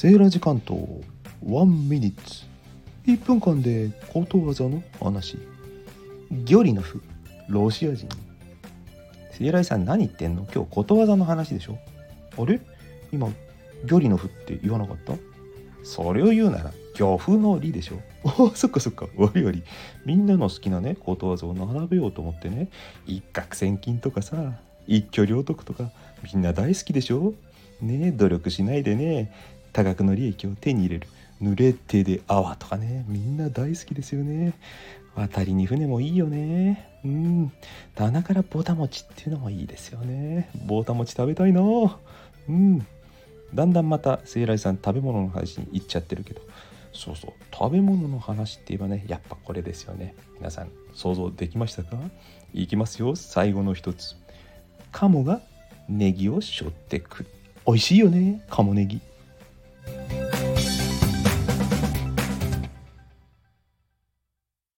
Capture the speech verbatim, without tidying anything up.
セーラジ関東ワンミニッツいっぷんかんでことわざの話。魚理の符、ロシア人。セーラジさん何言ってんの？今日ことわざの話でしょ。あれ今魚理の符って言わなかった？それを言うなら漁夫の利でしょ。おそっかそっか。悪い悪い。みんなの好きなねことわざを並べようと思ってね、一攫千金とかさ、一挙両得とかみんな大好きでしょね。努力しないでね多額の利益を手に入れる濡れ手で泡とかね、みんな大好きですよね。渡りに船もいいよね。うん。棚からぼた餅っていうのもいいですよね。ぼた餅食べたいな。うん。だんだんまたセイライさん食べ物の話に行っちゃってるけど、そうそう、食べ物の話って言えばね、やっぱこれですよね。皆さん想像できましたか？いきますよ。最後の一つ。カモがネギを背負ってくる。美味しいよね、カモネギ。